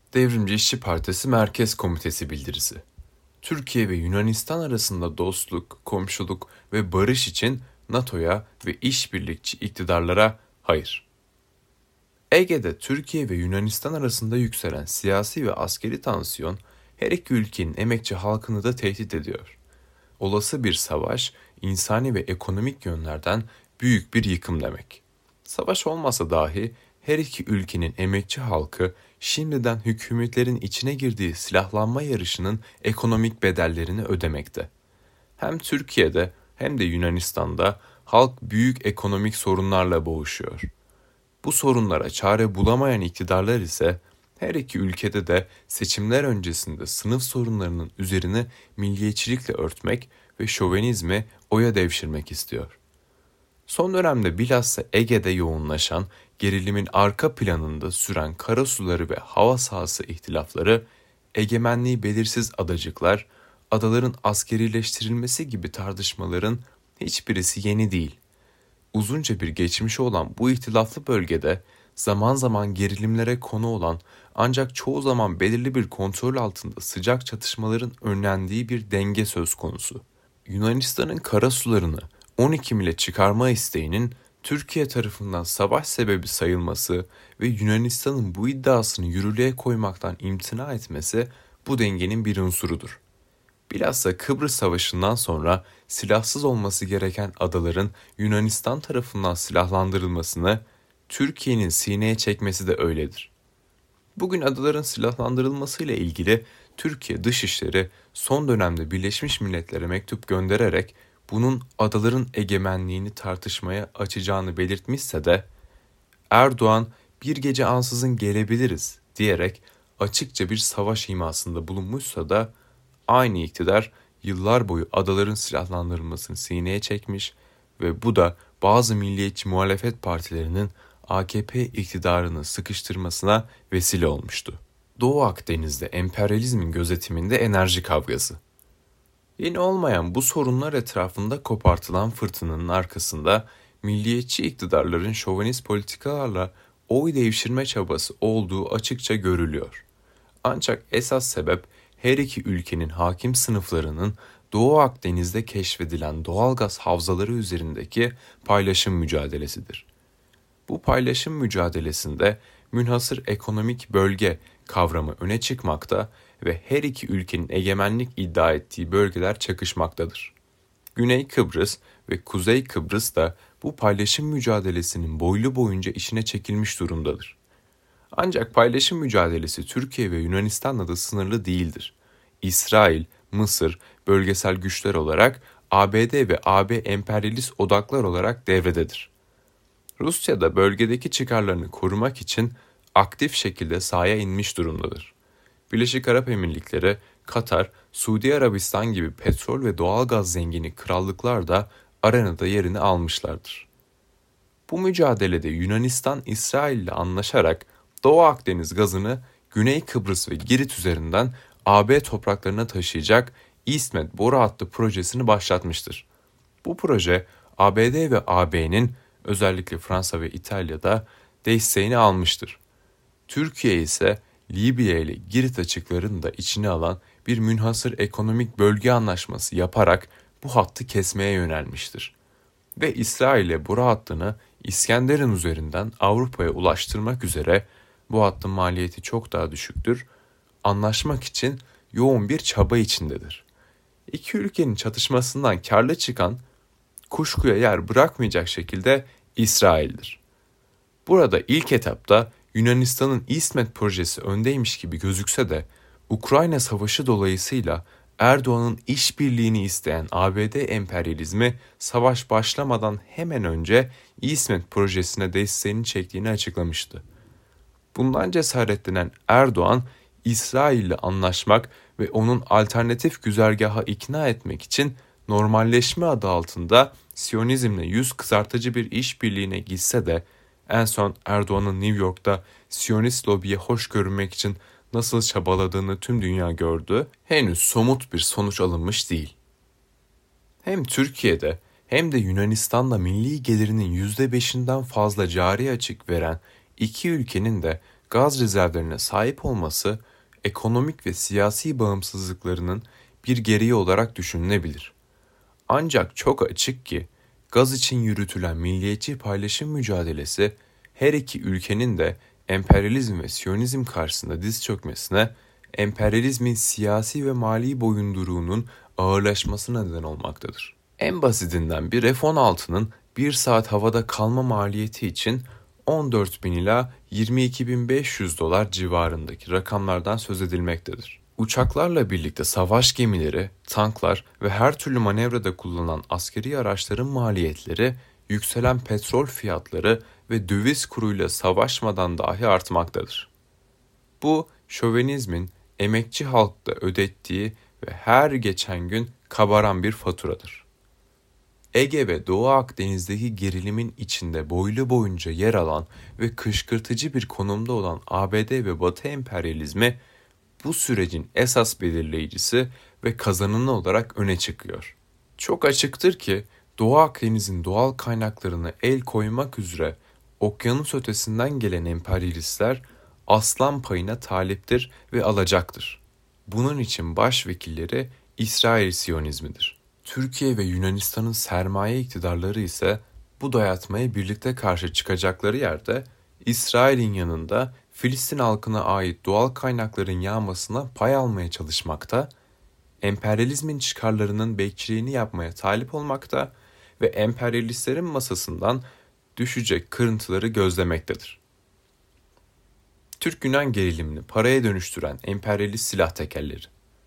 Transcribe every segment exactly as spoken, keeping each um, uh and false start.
Devrimci İşçi Partisi Merkez Komitesi bildirisi. Türkiye ve Yunanistan arasında dostluk, komşuluk ve barış için NATO'ya ve işbirlikçi iktidarlara hayır. Ege'de Türkiye ve Yunanistan arasında yükselen siyasi ve askeri tansiyon her iki ülkenin emekçi halkını da tehdit ediyor. Olası bir savaş, insani ve ekonomik yönlerden büyük bir yıkım demek. Savaş olmasa dahi her iki ülkenin emekçi halkı şimdiden hükümetlerin içine girdiği silahlanma yarışının ekonomik bedellerini ödemekte. Hem Türkiye'de hem de Yunanistan'da halk büyük ekonomik sorunlarla boğuşuyor. Bu sorunlara çare bulamayan iktidarlar ise her iki ülkede de seçimler öncesinde sınıf sorunlarının üzerini milliyetçilikle örtmek ve şovenizmi oya devşirmek istiyor. Son dönemde bilhassa Ege'de yoğunlaşan gerilimin arka planında süren karasuları ve hava sahası ihtilafları, egemenliği belirsiz adacıklar, adaların askerileştirilmesi gibi tartışmaların hiçbirisi yeni değil. Uzunca bir geçmişi olan bu ihtilaflı bölgede zaman zaman gerilimlere konu olan ancak çoğu zaman belirli bir kontrol altında sıcak çatışmaların önlendiği bir denge söz konusu. Yunanistan'ın karasularını on iki mile çıkarma isteğinin Türkiye tarafından savaş sebebi sayılması ve Yunanistan'ın bu iddiasını yürürlüğe koymaktan imtina etmesi bu dengenin bir unsurudur. Bilhassa Kıbrıs Savaşı'ndan sonra silahsız olması gereken adaların Yunanistan tarafından silahlandırılmasını Türkiye'nin sineye çekmesi de öyledir. Bugün adaların silahlandırılmasıyla ilgili Türkiye Dışişleri son dönemde Birleşmiş Milletler'e mektup göndererek bunun adaların egemenliğini tartışmaya açacağını belirtmişse de Erdoğan bir gece ansızın gelebiliriz diyerek açıkça bir savaş imasında bulunmuşsa da aynı iktidar yıllar boyu adaların silahlandırılmasını sineye çekmiş ve bu da bazı milliyetçi muhalefet partilerinin A K P iktidarını sıkıştırmasına vesile olmuştu. Doğu Akdeniz'de emperyalizmin gözetiminde enerji kavgası. Yeni olmayan bu sorunlar etrafında kopartılan fırtınanın arkasında milliyetçi iktidarların şovenist politikalarla oy devşirme çabası olduğu açıkça görülüyor. Ancak esas sebep her iki ülkenin hakim sınıflarının Doğu Akdeniz'de keşfedilen doğalgaz havzaları üzerindeki paylaşım mücadelesidir. Bu paylaşım mücadelesinde münhasır ekonomik bölge kavramı öne çıkmakta ve her iki ülkenin egemenlik iddia ettiği bölgeler çakışmaktadır. Güney Kıbrıs ve Kuzey Kıbrıs da bu paylaşım mücadelesinin boylu boyunca içine çekilmiş durumdadır. Ancak paylaşım mücadelesi Türkiye ve Yunanistan'la da sınırlı değildir. İsrail, Mısır, bölgesel güçler olarak A B D ve A B emperyalist odaklar olarak devrededir. Rusya da bölgedeki çıkarlarını korumak için aktif şekilde sahaya inmiş durumdadır. Birleşik Arap Emirlikleri, Katar, Suudi Arabistan gibi petrol ve doğalgaz zengini krallıklar da arenada yerini almışlardır. Bu mücadelede Yunanistan, İsrail ile anlaşarak Doğu Akdeniz gazını Güney Kıbrıs ve Girit üzerinden A B topraklarına taşıyacak İSMET boru hattı projesini başlatmıştır. Bu proje A B D ve A B'nin özellikle Fransa ve İtalya'da desteğini almıştır. Türkiye ise Libya ile Girit açıklarını da içine alan bir münhasır ekonomik bölge anlaşması yaparak bu hattı kesmeye yönelmiştir. Ve İsrail'e boru hattını İskenderun üzerinden Avrupa'ya ulaştırmak üzere bu hattın maliyeti çok daha düşüktür, anlaşmak için yoğun bir çaba içindedir. İki ülkenin çatışmasından karlı çıkan, kuşkuya yer bırakmayacak şekilde İsrail'dir. Burada ilk etapta Yunanistan'ın İSMET projesi öndeymiş gibi gözükse de Ukrayna Savaşı dolayısıyla Erdoğan'ın işbirliğini isteyen A B D emperyalizmi savaş başlamadan hemen önce İSMET projesine desteğini çektiğini açıklamıştı. Bundan cesaretlenen Erdoğan, İsrail'le anlaşmak ve onun alternatif güzergaha ikna etmek için normalleşme adı altında Siyonizmle yüz kızartıcı bir işbirliğine gitse de en son Erdoğan'ın New York'ta Siyonist lobiye hoş görünmek için nasıl çabaladığını tüm dünya gördü, henüz somut bir sonuç alınmış değil. Hem Türkiye'de hem de Yunanistan'da milli gelirinin yüzde beşinden fazla cari açık veren iki ülkenin de gaz rezervlerine sahip olması ekonomik ve siyasi bağımsızlıklarının bir gereği olarak düşünülebilir. Ancak çok açık ki gaz için yürütülen milliyetçi paylaşım mücadelesi her iki ülkenin de emperyalizm ve siyonizm karşısında diz çökmesine, emperyalizmin siyasi ve mali boyunduruğunun ağırlaşmasına neden olmaktadır. En basitinden bir F on altının bir saat havada kalma maliyeti için on dört bin ila yirmi iki bin beş yüz dolar civarındaki rakamlardan söz edilmektedir. Uçaklarla birlikte savaş gemileri, tanklar ve her türlü manevrada kullanılan askeri araçların maliyetleri, yükselen petrol fiyatları ve döviz kuruyla savaşmadan dahi artmaktadır. Bu, şövenizmin emekçi halkta ödettiği ve her geçen gün kabaran bir faturadır. Ege ve Doğu Akdeniz'deki gerilimin içinde boylu boyunca yer alan ve kışkırtıcı bir konumda olan A B D ve Batı emperyalizmi bu sürecin esas belirleyicisi ve kazananı olarak öne çıkıyor. Çok açıktır ki Doğu Akdeniz'in doğal kaynaklarına el koymak üzere okyanus ötesinden gelen emperyalistler aslan payına taliptir ve alacaktır. Bunun için başvekilleri İsrail Siyonizmidir. Türkiye ve Yunanistan'ın sermaye iktidarları ise bu dayatmaya birlikte karşı çıkacakları yerde İsrail'in yanında Filistin halkına ait doğal kaynakların yağmasına pay almaya çalışmakta, emperyalizmin çıkarlarının bekçiliğini yapmaya talip olmakta ve emperyalistlerin masasından düşecek kırıntıları gözlemektedir. Türk-Yunan gerilimini paraya dönüştüren emperyalist silah tekelleri.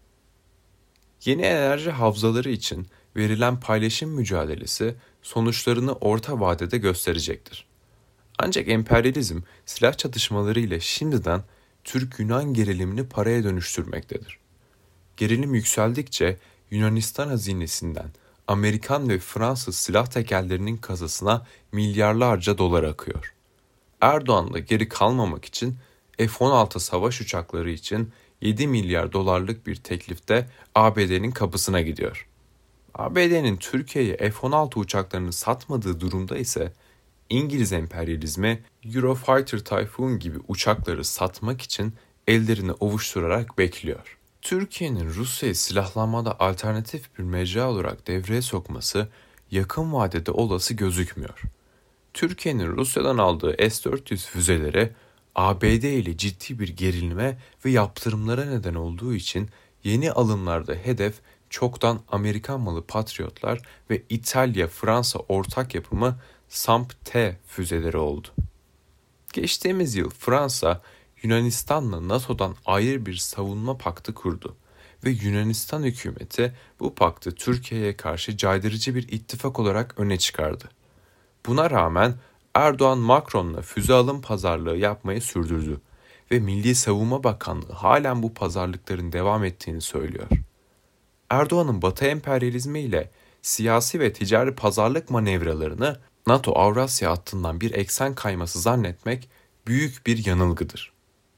Yeni enerji havzaları için verilen paylaşım mücadelesi sonuçlarını orta vadede gösterecektir. Ancak emperyalizm silah çatışmaları ile şimdiden Türk-Yunan gerilimini paraya dönüştürmektedir. Gerilim yükseldikçe Yunanistan hazinesinden Amerikan ve Fransız silah tekellerinin kasasına milyarlarca dolar akıyor. Erdoğan da geri kalmamak için F on altı savaş uçakları için yedi milyar dolarlık bir teklifte A B D'nin kapısına gidiyor. A B D'nin Türkiye'ye F on altı uçaklarını satmadığı durumda ise İngiliz emperyalizmi Eurofighter Typhoon gibi uçakları satmak için ellerini ovuşturarak bekliyor. Türkiye'nin Rusya'yı silahlanmada alternatif bir mecra olarak devreye sokması yakın vadede olası gözükmüyor. Türkiye'nin Rusya'dan aldığı S dört yüz füzeleri A B D ile ciddi bir gerilme ve yaptırımlara neden olduğu için yeni alımlarda hedef çoktan Amerikan malı Patriotlar ve İtalya-Fransa ortak yapımı SAMP-T füzeleri oldu. Geçtiğimiz yıl Fransa, Yunanistan'la NATO'dan ayrı bir savunma paktı kurdu ve Yunanistan hükümeti bu paktı Türkiye'ye karşı caydırıcı bir ittifak olarak öne çıkardı. Buna rağmen Erdoğan Macron'la füze alım pazarlığı yapmayı sürdürdü ve Milli Savunma Bakanlığı halen bu pazarlıkların devam ettiğini söylüyor. Erdoğan'ın Batı emperyalizmi ile siyasi ve ticari pazarlık manevralarını NATO-Avrasya hattından bir eksen kayması zannetmek büyük bir yanılgıdır.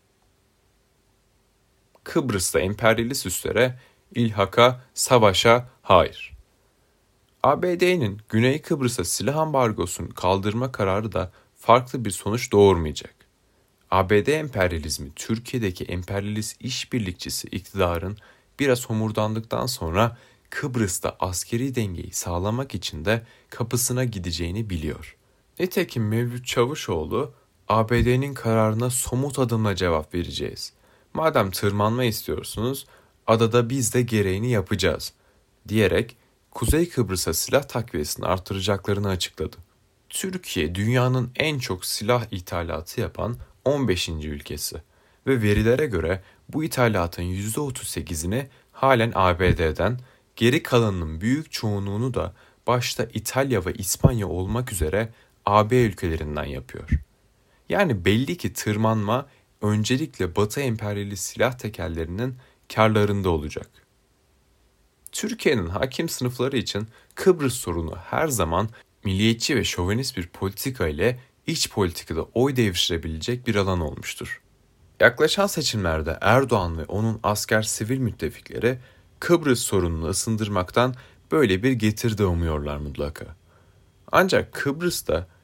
Kıbrıs'ta emperyalist üslere, ilhaka, savaşa hayır. A B D'nin Güney Kıbrıs'a silah ambargosunu kaldırma kararı da farklı bir sonuç doğurmayacak. A B D emperyalizmi Türkiye'deki emperyalist işbirlikçisi iktidarın biraz homurdandıktan sonra Kıbrıs'ta askeri dengeyi sağlamak için de kapısına gideceğini biliyor. Nitekim Mevlüt Çavuşoğlu, A B D'nin kararına somut adımla cevap vereceğiz. Madem tırmanma istiyorsunuz, adada biz de gereğini yapacağız, diyerek Kuzey Kıbrıs'a silah takviyesini artıracaklarını açıkladı. Türkiye, dünyanın en çok silah ithalatı yapan on beşinci ülkesi ve verilere göre bu ithalatın yüzde otuz sekizini halen A B D'den, geri kalanının büyük çoğunluğunu da başta İtalya ve İspanya olmak üzere A B ülkelerinden yapıyor. Yani belli ki tırmanma öncelikle Batı emperyalist silah tekellerinin karlarında olacak. Türkiye'nin hakim sınıfları için Kıbrıs sorunu her zaman milliyetçi ve şovenist bir politika ile iç politikada oy devşirebilecek bir alan olmuştur. Yaklaşan seçimlerde Erdoğan ve onun asker sivil müttefikleri Kıbrıs sorununu ısındırmaktan böyle bir getiride umuyorlar mutlaka. Ancak Kıbrıs'ta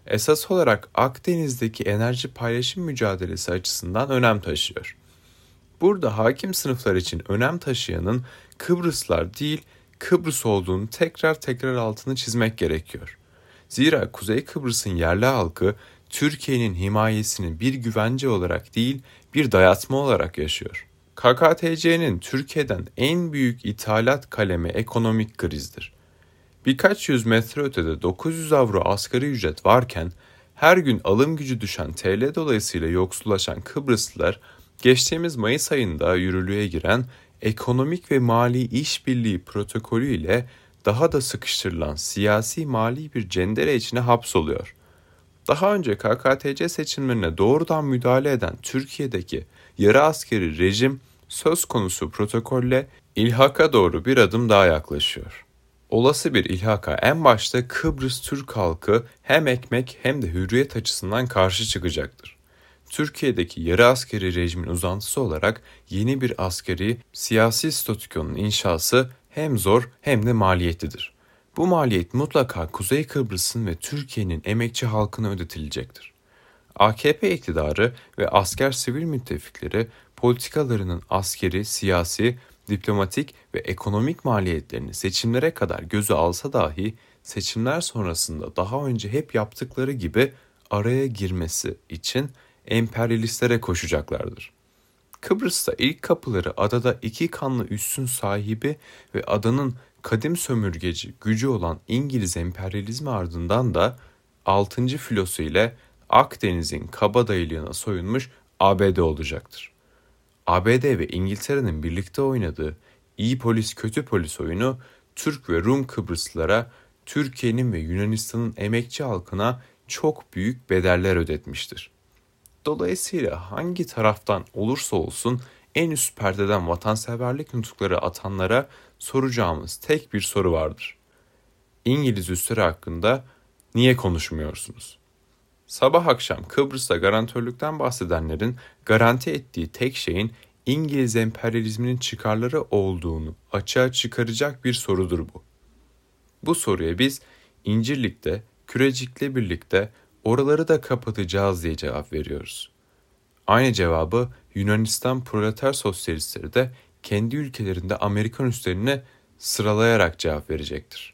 esas olarak Akdeniz'deki enerji paylaşım mücadelesi açısından önem taşıyor. Burada hakim sınıflar için önem taşıyanın Kıbrıslar değil, Kıbrıs olduğunu tekrar tekrar altını çizmek gerekiyor. Zira Kuzey Kıbrıs'ın yerli halkı Türkiye'nin himayesini bir güvence olarak değil, bir dayatma olarak yaşıyor. K K T C'nin Türkiye'den en büyük ithalat kalemi ekonomik krizdir. Birkaç yüz metre ötede dokuz yüz avro asgari ücret varken her gün alım gücü düşen T L dolayısıyla yoksullaşan Kıbrıslılar geçtiğimiz Mayıs ayında yürürlüğe giren ekonomik ve mali işbirliği protokolü ile daha da sıkıştırılan siyasi mali bir cendere içine hapsoluyor. Daha önce K K T C seçimlerine doğrudan müdahale eden Türkiye'deki yarı askeri rejim söz konusu protokolle ilhaka doğru bir adım daha yaklaşıyor. Olası bir ilhaka en başta Kıbrıs Türk halkı hem ekmek hem de hürriyet açısından karşı çıkacaktır. Türkiye'deki yarı askeri rejimin uzantısı olarak yeni bir askeri siyasi statükonun inşası hem zor hem de maliyetlidir. Bu maliyet mutlaka Kuzey Kıbrıs'ın ve Türkiye'nin emekçi halkına ödetilecektir. A K P iktidarı ve asker sivil müttefikleri politikalarının askeri, siyasi, diplomatik ve ekonomik maliyetlerini seçimlere kadar göze alsa dahi seçimler sonrasında daha önce hep yaptıkları gibi araya girmesi için emperyalistlere koşacaklardır. Kıbrıs'ta ilk kapıları adada iki kanlı üssün sahibi ve adanın kadim sömürgeci gücü olan İngiliz emperyalizmi ardından da altıncı filosu ile Akdeniz'in kabadayılığına soyunmuş A B D olacaktır. A B D ve İngiltere'nin birlikte oynadığı iyi polis kötü polis oyunu Türk ve Rum Kıbrıslılara, Türkiye'nin ve Yunanistan'ın emekçi halkına çok büyük bedeller ödetmiştir. Dolayısıyla hangi taraftan olursa olsun en üst perdeden vatanseverlik nutukları atanlara soracağımız tek bir soru vardır. İngiliz üsleri hakkında niye konuşmuyorsunuz? Sabah akşam Kıbrıs'ta garantörlükten bahsedenlerin garanti ettiği tek şeyin İngiliz emperyalizminin çıkarları olduğunu açığa çıkaracak bir sorudur bu. Bu soruya biz İncirlik'te, Kürecik'le birlikte oraları da kapatacağız diye cevap veriyoruz. Aynı cevabı Yunanistan proleter sosyalistleri de kendi ülkelerinde Amerikan üslerine sıralayarak cevap verecektir.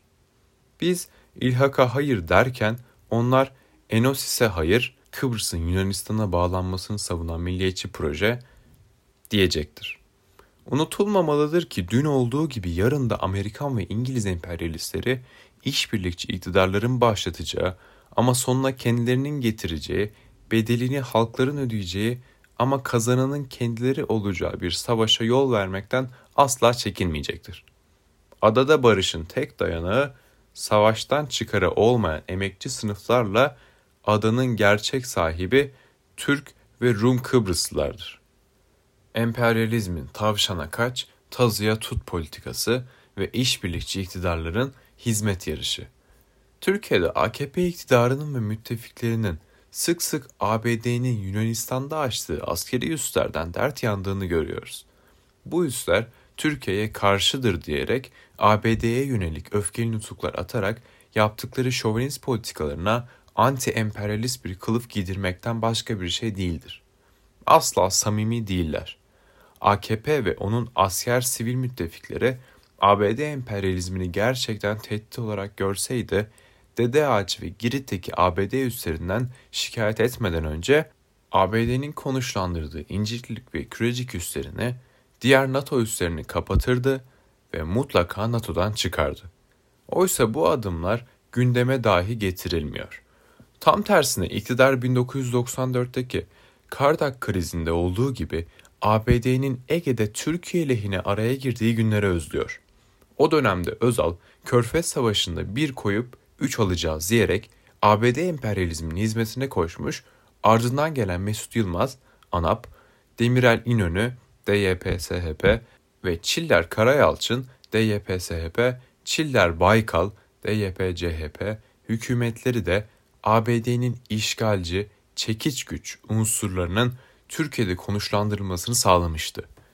Biz ilhaka hayır derken onlar Enosis'e hayır, Kıbrıs'ın Yunanistan'a bağlanmasını savunan milliyetçi proje diyecektir. Unutulmamalıdır ki dün olduğu gibi yarın da Amerikan ve İngiliz emperyalistleri işbirlikçi iktidarların başlatacağı ama sonuna kendilerinin getireceği, bedelini halkların ödeyeceği ama kazananın kendileri olacağı bir savaşa yol vermekten asla çekinmeyecektir. Adada barışın tek dayanağı savaştan çıkarı olmayan emekçi sınıflarla adanın gerçek sahibi Türk ve Rum Kıbrıslılardır. Emperyalizmin tavşana kaç, tazıya tut politikası ve işbirlikçi iktidarların hizmet yarışı. Türkiye'de A K P iktidarının ve müttefiklerinin sık sık A B D'nin Yunanistan'da açtığı askeri üslerden dert yandığını görüyoruz. Bu üsler Türkiye'ye karşıdır diyerek A B D'ye yönelik öfkeli nutuklar atarak yaptıkları şovenist politikalarına anti-emperyalist bir kılıf giydirmekten başka bir şey değildir. Asla samimi değiller. A K P ve onun asker sivil müttefikleri A B D emperyalizmini gerçekten tehdit olarak görseydi, Dede Ağaç ve Girit'teki A B D üslerinden şikayet etmeden önce A B D'nin konuşlandırdığı İncirlik ve Kürecik üslerini, diğer NATO üslerini kapatırdı ve mutlaka NATO'dan çıkardı. Oysa bu adımlar gündeme dahi getirilmiyor. Tam tersine iktidar bin dokuz yüz doksan dörtteki Kardak krizinde olduğu gibi A B D'nin Ege'de Türkiye lehine araya girdiği günleri özlüyor. O dönemde Özal, Körfez Savaşı'nda bir koyup üç alacağız diyerek A B D emperyalizminin hizmetine koşmuş, ardından gelen Mesut Yılmaz, ANAP, Demirel İnönü, D Y P S H P ve Çiller Karayalçın, D Y P S H P, Çiller Baykal, D Y P C H P hükümetleri de A B D'nin işgalci, çekiç güç unsurlarının Türkiye'de konuşlandırılmasını sağlamıştı.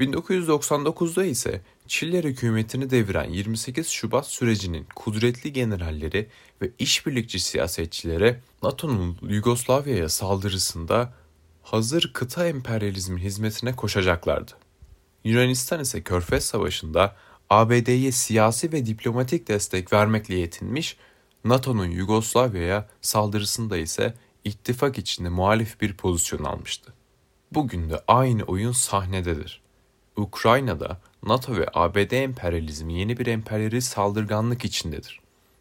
bin dokuz yüz doksan dokuzda ise Çiller hükümetini deviren yirmi sekiz Şubat sürecinin kudretli generalleri ve işbirlikçi siyasetçileri NATO'nun Yugoslavya'ya saldırısında hazır kıta emperyalizmin hizmetine koşacaklardı. Yunanistan ise Körfez Savaşı'nda A B D'ye siyasi ve diplomatik destek vermekle yetinmiş, NATO'nun Yugoslavya'ya saldırısında ise ittifak içinde muhalif bir pozisyon almıştı. Bugün de aynı oyun sahnededir. Ukrayna'da NATO ve A B D emperyalizmi yeni bir emperyalist saldırganlık içindedir.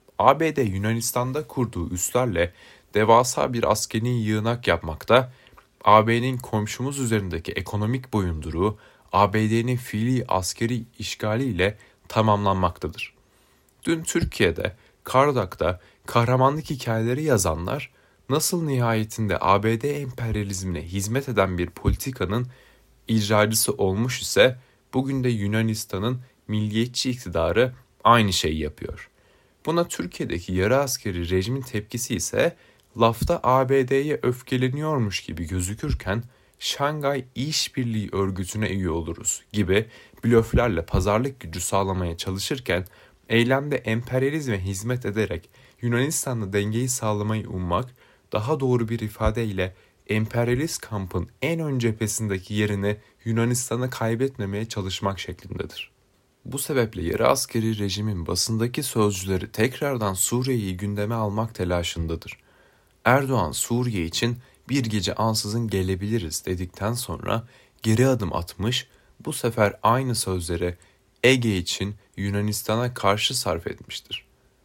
A B D Yunanistan'da kurduğu üslerle devasa bir askeri yığınak yapmakta, A B D'nin komşumuz üzerindeki ekonomik boyunduruğu A B D'nin fiili askeri işgaliyle tamamlanmaktadır. Dün Türkiye'de, Kardak'ta kahramanlık hikayeleri yazanlar, nasıl nihayetinde A B D emperyalizmine hizmet eden bir politikanın icracısı olmuş ise, bugün de Yunanistan'ın milliyetçi iktidarı aynı şeyi yapıyor. Buna Türkiye'deki yarı askeri rejimin tepkisi ise, lafta A B D'ye öfkeleniyormuş gibi gözükürken, Şangay İşbirliği Örgütü'ne üye oluruz gibi blöflerle pazarlık gücü sağlamaya çalışırken, eylemde emperyalizme hizmet ederek Yunanistan'la dengeyi sağlamayı ummak, daha doğru bir ifadeyle emperyalist kampın en ön cephesindeki yerini Yunanistan'a kaybetmemeye çalışmak şeklindedir. Bu sebeple yarı askeri rejimin basındaki sözcüleri tekrardan Suriye'yi gündeme almak telaşındadır. Erdoğan Suriye için bir gece ansızın gelebiliriz dedikten sonra geri adım atmış, bu sefer aynı sözleri Ege için Yunanistan'a karşı sarf etmiştir.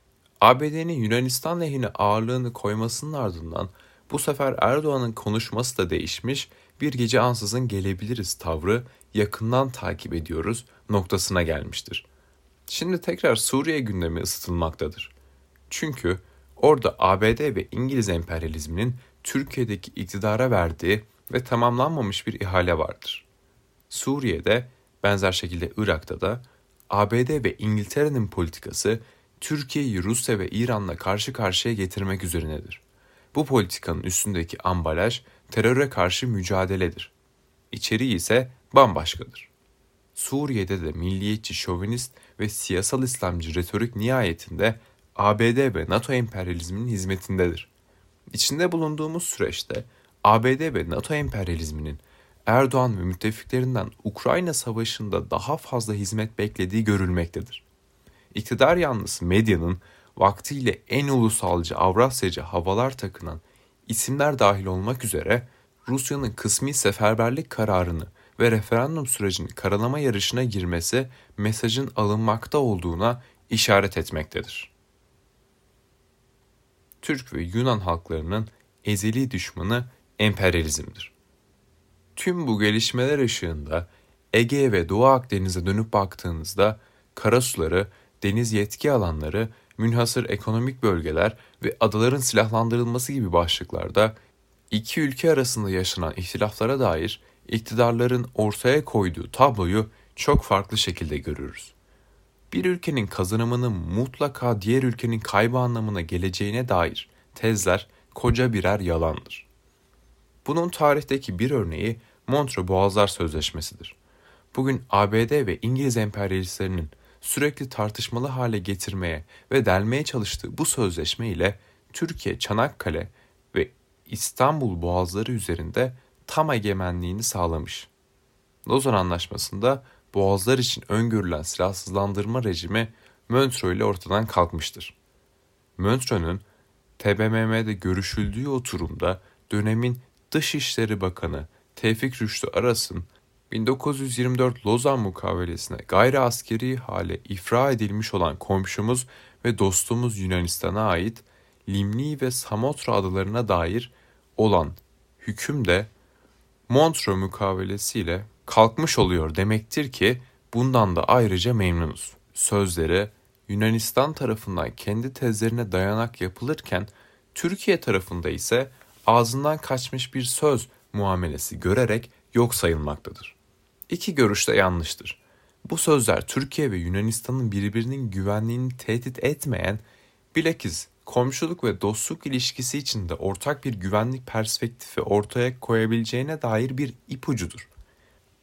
A B D'nin Yunanistan lehine ağırlığını koymasının ardından bu sefer Erdoğan'ın konuşması da değişmiş, bir gece ansızın gelebiliriz tavrı yakından takip ediyoruz noktasına gelmiştir. Şimdi tekrar Suriye gündemi ısıtılmaktadır. Çünkü orada A B D ve İngiliz emperyalizminin Türkiye'deki iktidara verdiği ve tamamlanmamış bir ihale vardır. Suriye'de, benzer şekilde Irak'ta da A B D ve İngiltere'nin politikası Türkiye'yi Rusya ve İran'la karşı karşıya getirmek üzerinedir. Bu politikanın üstündeki ambalaj teröre karşı mücadeledir. İçeriği ise bambaşkadır. Suriye'de de milliyetçi, şovinist ve siyasal İslamcı retorik nihayetinde A B D ve NATO emperyalizminin hizmetindedir. İçinde bulunduğumuz süreçte A B D ve NATO emperyalizminin Erdoğan ve müttefiklerinden Ukrayna Savaşı'nda daha fazla hizmet beklediği görülmektedir. İktidar yanlısı medyanın vaktiyle en ulusalcı, Avrasyacı havalar takınan isimler dahil olmak üzere Rusya'nın kısmi seferberlik kararını ve referandum sürecinin karalama yarışına girmesi mesajın alınmakta olduğuna işaret etmektedir. Türk ve Yunan halklarının ezeli düşmanı emperyalizmdir. Tüm bu gelişmeler ışığında Ege ve Doğu Akdeniz'e dönüp baktığınızda karasuları, deniz yetki alanları, münhasır ekonomik bölgeler ve adaların silahlandırılması gibi başlıklarda iki ülke arasında yaşanan ihtilaflara dair iktidarların ortaya koyduğu tabloyu çok farklı şekilde görürüz. Bir ülkenin kazanımının mutlaka diğer ülkenin kaybı anlamına geleceğine dair tezler koca birer yalandır. Bunun tarihteki bir örneği Montreux Boğazlar Sözleşmesi'dir. Bugün A B D ve İngiliz emperyalistlerinin sürekli tartışmalı hale getirmeye ve delmeye çalıştığı bu sözleşme ile Türkiye, Çanakkale ve İstanbul boğazları üzerinde tam egemenliğini sağlamış. Lozan Anlaşması'nda boğazlar için öngörülen silahsızlandırma rejimi Montreux ile ortadan kalkmıştır. Montreux'un T B M M'de görüşüldüğü oturumda dönemin Dışişleri Bakanı Tevfik Rüştü Aras'ın bin dokuz yüz yirmi dört Lozan Mukavelesi'ne gayri askeri hale ifra edilmiş olan komşumuz ve dostumuz Yunanistan'a ait Limni ve Samotra adalarına dair olan hüküm de Montreux Mukavelesi ile kalkmış oluyor demektir ki bundan da ayrıca memnunuz. Sözleri Yunanistan tarafından kendi tezlerine dayanak yapılırken Türkiye tarafında ise ağzından kaçmış bir söz muamelesi görerek yok sayılmaktadır. İki görüş de yanlıştır. Bu sözler Türkiye ve Yunanistan'ın birbirinin güvenliğini tehdit etmeyen, bilakis komşuluk ve dostluk ilişkisi içinde ortak bir güvenlik perspektifi ortaya koyabileceğine dair bir ipucudur.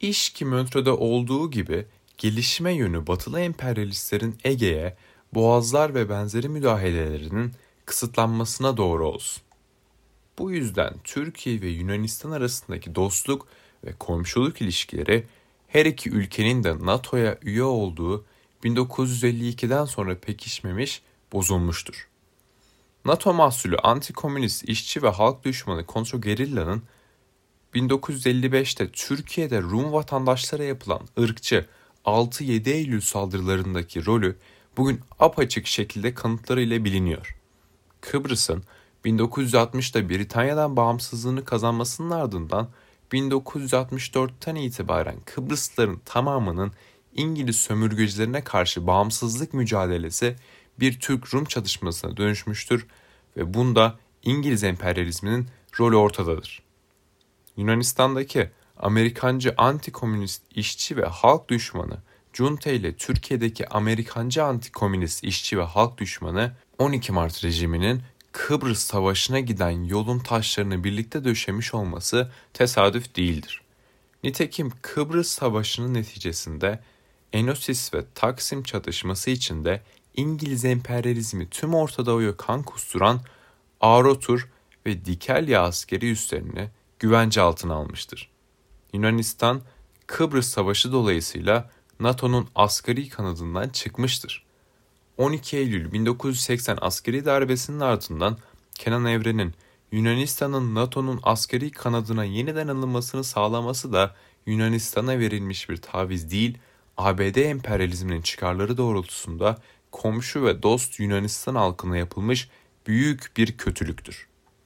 İş ki Montreux'da olduğu gibi gelişme yönü batılı emperyalistlerin Ege'ye, boğazlar ve benzeri müdahalelerinin kısıtlanmasına doğru olsun. Bu yüzden Türkiye ve Yunanistan arasındaki dostluk ve komşuluk ilişkileri her iki ülkenin de NATO'ya üye olduğu bin dokuz yüz elli ikiden sonra pekişmemiş, bozulmuştur. NATO mahsulü anti-komünist işçi ve halk düşmanı kontrgerilla'nın bin dokuz yüz elli beşte Türkiye'de Rum vatandaşlara yapılan ırkçı altı yedi Eylül saldırılarındaki rolü bugün apaçık şekilde kanıtlarıyla biliniyor. Kıbrıs'ın bin dokuz yüz altmışta Britanya'dan bağımsızlığını kazanmasının ardından bin dokuz yüz altmış dörtten itibaren Kıbrıslıların tamamının İngiliz sömürgecilerine karşı bağımsızlık mücadelesi bir Türk-Rum çatışmasına dönüşmüştür ve bunda İngiliz emperyalizminin rolü ortadadır. Yunanistan'daki Amerikancı anti-komünist işçi ve halk düşmanı Junta ile Türkiye'deki Amerikancı anti-komünist işçi ve halk düşmanı on iki Mart rejiminin Kıbrıs Savaşı'na giden yolun taşlarını birlikte döşemiş olması tesadüf değildir. Nitekim Kıbrıs Savaşı'nın neticesinde Enosis ve Taksim çatışması içinde İngiliz emperyalizmi tüm Orta Doğu'ya kan kusturan Ağrı ve Dikelya askeri üslerini güvence altına almıştır. Yunanistan, Kıbrıs Savaşı dolayısıyla NATO'nun askeri kanadından çıkmıştır. on iki Eylül bin dokuz yüz seksen askeri darbesinin ardından Kenan Evren'in Yunanistan'ın NATO'nun askeri kanadına yeniden alınmasını sağlaması da Yunanistan'a verilmiş bir taviz değil, A B D emperyalizminin çıkarları doğrultusunda komşu ve dost Yunanistan halkına yapılmış büyük bir kötülüktür.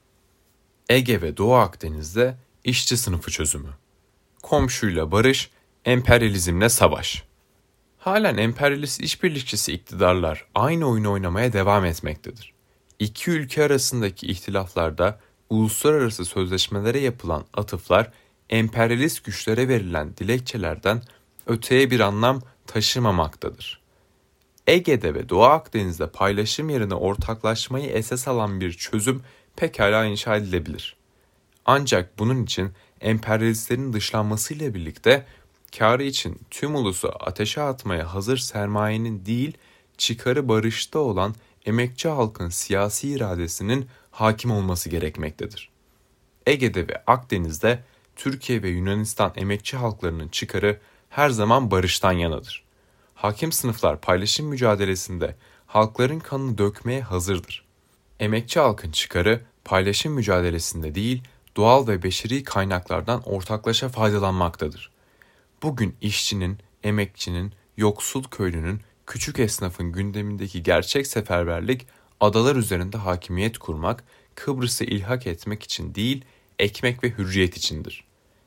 Ege ve Doğu Akdeniz'de işçi sınıfı çözümü. Komşuyla barış, emperyalizmle savaş. Halen emperyalist işbirlikçisi iktidarlar aynı oyunu oynamaya devam etmektedir. İki ülke arasındaki ihtilaflarda uluslararası sözleşmelere yapılan atıflar emperyalist güçlere verilen dilekçelerden öteye bir anlam taşımamaktadır. Ege'de ve Doğu Akdeniz'de paylaşım yerine ortaklaşmayı esas alan bir çözüm pekala inşa edilebilir. Ancak bunun için emperyalistlerin dışlanmasıyla birlikte kârı için tüm ulusu ateşe atmaya hazır sermayenin değil, çıkarı barışta olan emekçi halkın siyasi iradesinin hakim olması gerekmektedir. Ege'de ve Akdeniz'de Türkiye ve Yunanistan emekçi halklarının çıkarı her zaman barıştan yanadır. Hakim sınıflar paylaşım mücadelesinde halkların kanını dökmeye hazırdır. Emekçi halkın çıkarı paylaşım mücadelesinde değil, doğal ve beşeri kaynaklardan ortaklaşa faydalanmaktadır. Bugün işçinin, emekçinin, yoksul köylünün, küçük esnafın gündemindeki gerçek seferberlik, adalar üzerinde hakimiyet kurmak, Kıbrıs'ı ilhak etmek için değil, ekmek ve hürriyet içindir.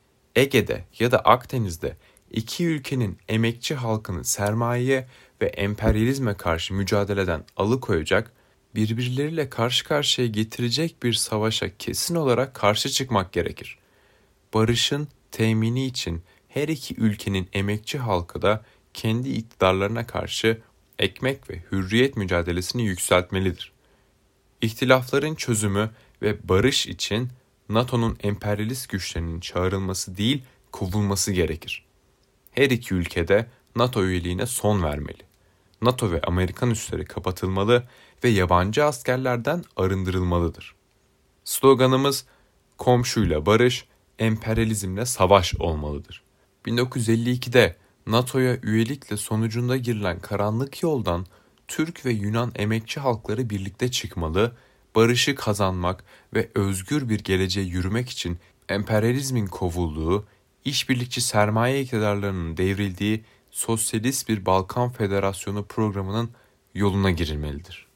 Ege'de ya da Akdeniz'de iki ülkenin emekçi halkını sermayeye ve emperyalizme karşı mücadeleden alıkoyacak, birbirleriyle karşı karşıya getirecek bir savaşa kesin olarak karşı çıkmak gerekir. Barışın temini için her iki ülkenin emekçi halkı da kendi iktidarlarına karşı ekmek ve hürriyet mücadelesini yükseltmelidir. İhtilafların çözümü ve barış için NATO'nun emperyalist güçlerinin çağrılması değil, kovulması gerekir. Her iki ülkede NATO üyeliğine son vermeli. NATO ve Amerikan üsleri kapatılmalı ve yabancı askerlerden arındırılmalıdır. Sloganımız komşuyla barış, emperyalizmle savaş olmalıdır. bin dokuz yüz elli ikide NATO'ya üyelikle sonucunda girilen karanlık yoldan Türk ve Yunan emekçi halkları birlikte çıkmalı, barışı kazanmak ve özgür bir geleceğe yürümek için emperyalizmin kovulduğu, işbirlikçi sermaye iktidarlarının devrildiği sosyalist bir Balkan Federasyonu programının yoluna girilmelidir.